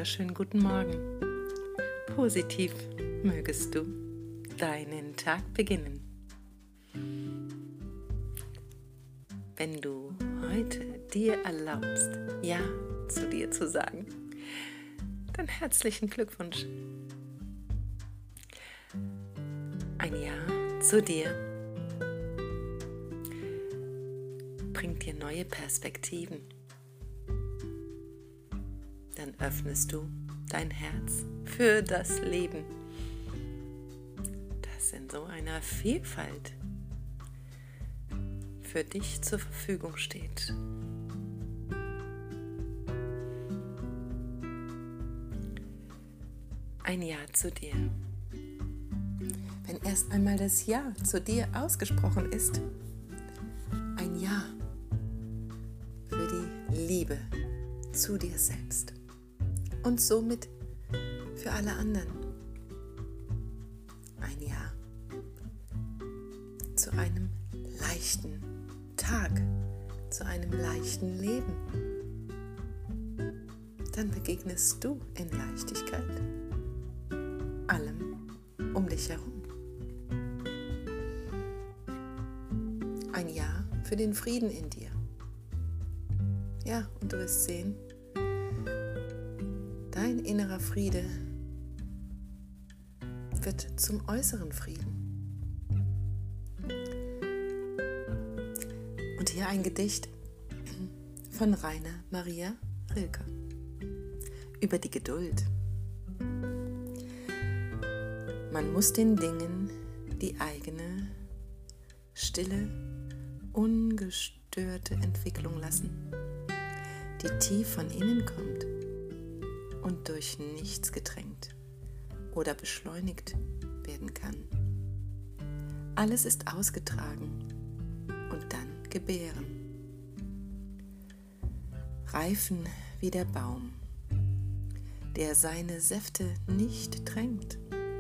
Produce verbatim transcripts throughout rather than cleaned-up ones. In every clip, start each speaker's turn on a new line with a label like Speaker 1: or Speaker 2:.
Speaker 1: wunderschönen guten Morgen. Positiv mögest du deinen Tag beginnen. Wenn du heute dir erlaubst, Ja zu dir zu sagen, dann herzlichen Glückwunsch. Ein Ja zu dir bringt dir neue Perspektiven. Dann öffnest du dein Herz für das Leben, das in so einer Vielfalt für dich zur Verfügung steht. Ein Ja zu dir. Wenn erst einmal das Ja zu dir ausgesprochen ist, ein Ja für die Liebe zu dir selbst und somit für alle anderen. Ein Ja zu einem leichten Tag, zu einem leichten Leben. Dann begegnest du in Leichtigkeit allem um dich herum. Ein Ja für den Frieden in dir. Ja, und du wirst sehen, dein innerer Friede wird zum äußeren Frieden. Und hier ein Gedicht von Rainer Maria Rilke über die Geduld. Man muss den Dingen die eigene, stille, ungestörte Entwicklung lassen, die tief von innen kommt und durch nichts gedrängt oder beschleunigt werden kann. Alles ist ausgetragen und dann gebären. Reifen wie der Baum, der seine Säfte nicht drängt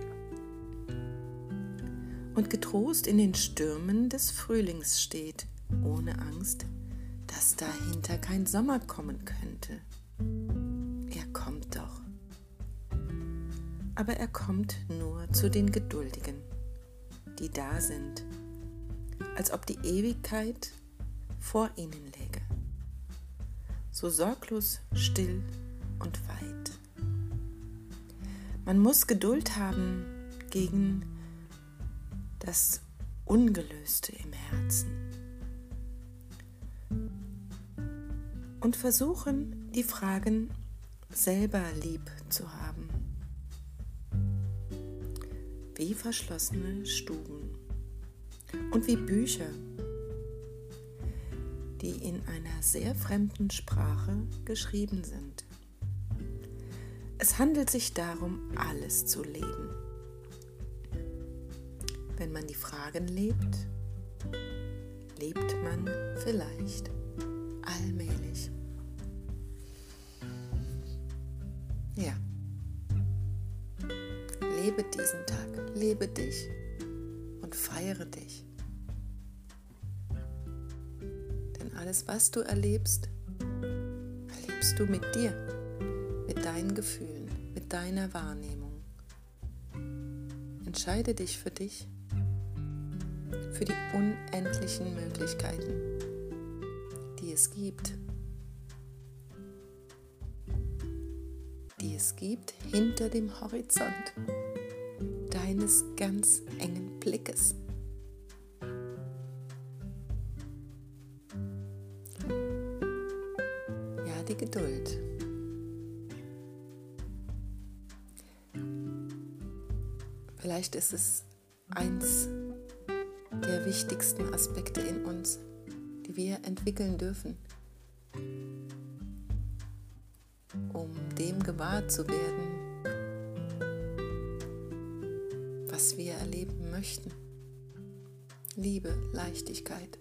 Speaker 1: und getrost in den Stürmen des Frühlings steht, ohne Angst, dass dahinter kein Sommer kommen könnte. Er kommt doch. Aber er kommt nur zu den Geduldigen, die da sind, als ob die Ewigkeit vor ihnen läge, so sorglos, still und weit. Man muss Geduld haben gegen das Ungelöste im Herzen und versuchen, die Fragen selber lieb zu haben, wie verschlossene Stuben und wie Bücher, die in einer sehr fremden Sprache geschrieben sind. Es handelt sich darum, alles zu leben. Wenn man die Fragen lebt, lebt man vielleicht allmählich. Ja. Lebe diesen Tag, lebe dich und feiere dich. Denn alles, was du erlebst, erlebst du mit dir, mit deinen Gefühlen, mit deiner Wahrnehmung. Entscheide dich für dich, für die unendlichen Möglichkeiten, die es gibt, die es gibt hinter dem Horizont deines ganz engen Blickes. Ja, die Geduld. Vielleicht ist es eins der wichtigsten Aspekte in uns, die wir entwickeln dürfen, um dem gewahr zu werden, was wir erleben möchten. Liebe, Leichtigkeit,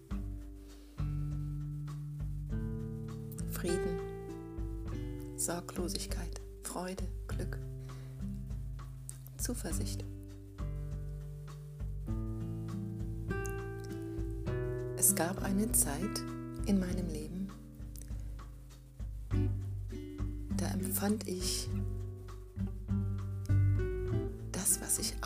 Speaker 1: Frieden, Sorglosigkeit, Freude, Glück, Zuversicht. Es gab eine Zeit in meinem Leben, da empfand ich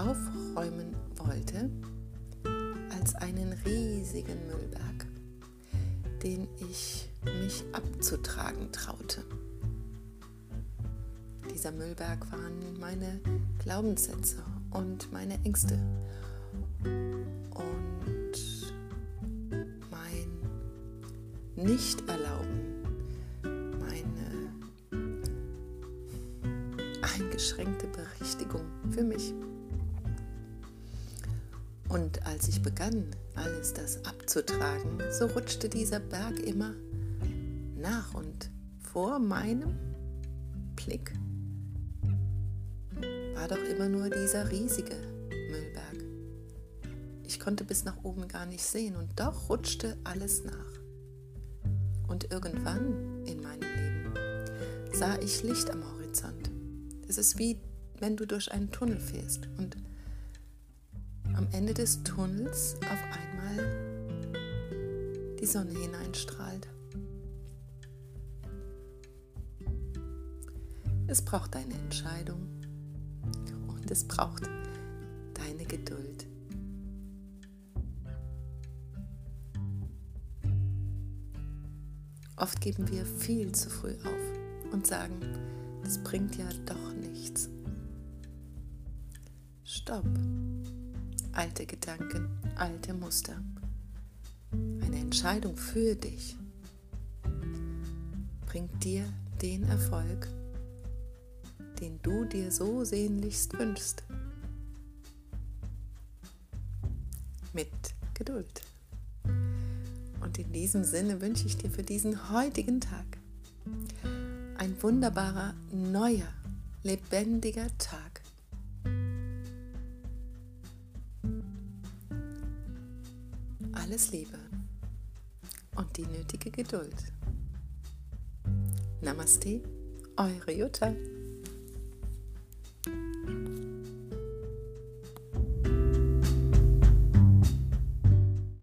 Speaker 1: aufräumen wollte, als einen riesigen Müllberg, den ich mich abzutragen traute. Dieser Müllberg waren meine Glaubenssätze und meine Ängste und mein Nicht-Erlauben, meine eingeschränkte Berichtigung für mich. Und als ich begann, alles das abzutragen, so rutschte dieser Berg immer nach und vor meinem Blick war doch immer nur dieser riesige Müllberg. Ich konnte bis nach oben gar nicht sehen und doch rutschte alles nach. Und irgendwann in meinem Leben sah ich Licht am Horizont. Es ist wie wenn du durch einen Tunnel fährst und am Ende des Tunnels auf einmal die Sonne hineinstrahlt. Es braucht deine Entscheidung und es braucht deine Geduld. Oft geben wir viel zu früh auf und sagen, das bringt ja doch nichts. Stopp. Alte Gedanken, alte Muster. Eine Entscheidung für dich bringt dir den Erfolg, den du dir so sehnlichst wünschst. Mit Geduld. Und in diesem Sinne wünsche ich dir für diesen heutigen Tag ein wunderbarer, neuer, lebendiger Tag. Alles Liebe und die nötige Geduld. Namaste, eure Jutta.